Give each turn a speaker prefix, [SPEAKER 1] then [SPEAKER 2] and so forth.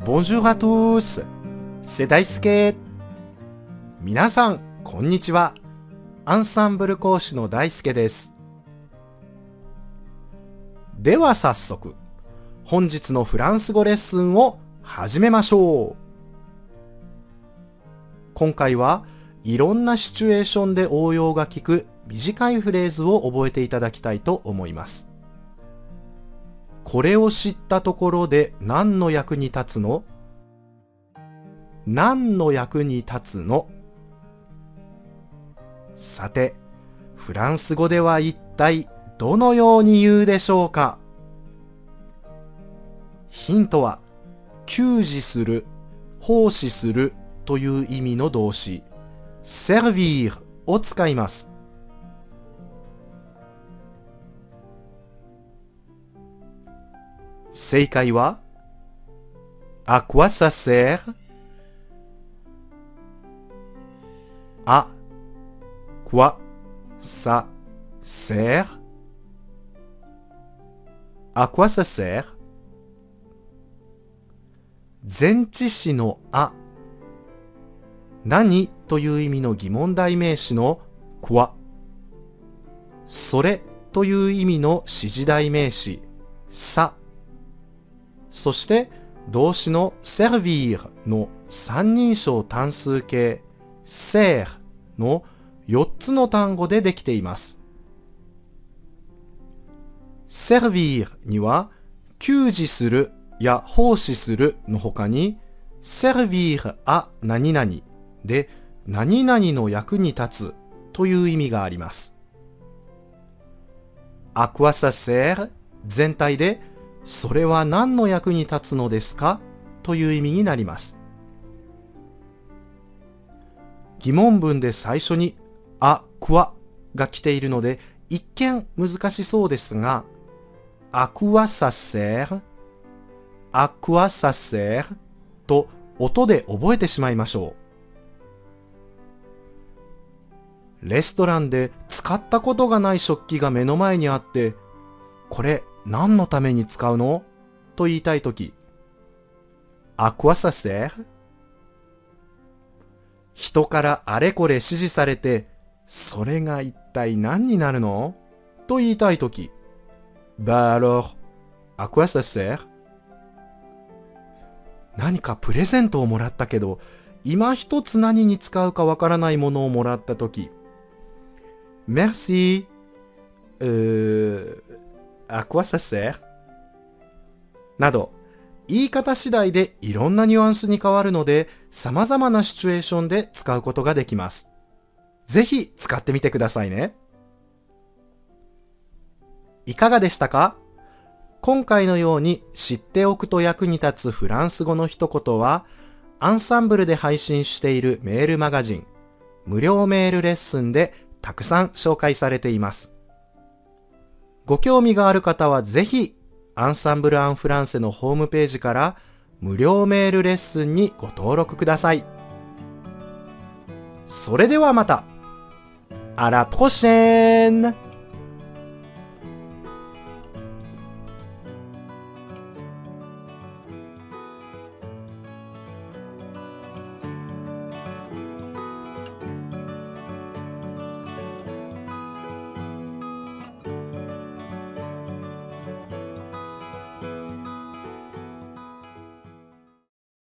[SPEAKER 1] Bonjour à tous, c'est大輔。皆さん、こんにちは。アンサンブル講師の大輔です。では早速、本日のフランス語レッスンを始めましょう。今回はいろんなシチュエーションで応用が効く短いフレーズを覚えていただきたいと思います。これを知ったところで何の役に立つの？何の役に立つの？さて、フランス語では一体どのように言うでしょうか？ヒントは、給仕する、奉仕するという意味の動詞、servir を使います。正解は À quoi ça sert? À quoi ça sert? À quoi ça sert? 前置詞のあ、何という意味の疑問代名詞のquoi、それという意味の指示代名詞ça、そして動詞の servir の三人称単数形 ser の4つの単語でできています。servir には給仕するや奉仕するの他に servir à 何々で何々の役に立つという意味があります。À quoi ça sert 全体でそれは何の役に立つのですかという意味になります。疑問文で最初にà quoiが来ているので一見難しそうですが、à quoi ça sert? À quoi ça sert? と音で覚えてしまいましょう。レストランで使ったことがない食器が目の前にあって、これ何のために使うの？と言いたいとき、À quoi ça sert? 人からあれこれ指示されて、それが一体何になるの？と言いたいとき、Bah alors, à quoi ça sert? 何かプレゼントをもらったけど、今一つ何に使うかわからないものをもらったとき、Merci, à quoi ça sert? など、言い方次第でいろんなニュアンスに変わるので、様々なシチュエーションで使うことができます。ぜひ使ってみてくださいね。いかがでしたか？今回のように知っておくと役に立つフランス語の一言は、アンサンブルで配信しているメールマガジン、無料メールレッスンでたくさん紹介されています。ご興味がある方はぜひ、アンサンブル・アン・フランセのホームページから無料メールレッスンにご登録ください。それではまた。À la prochaine!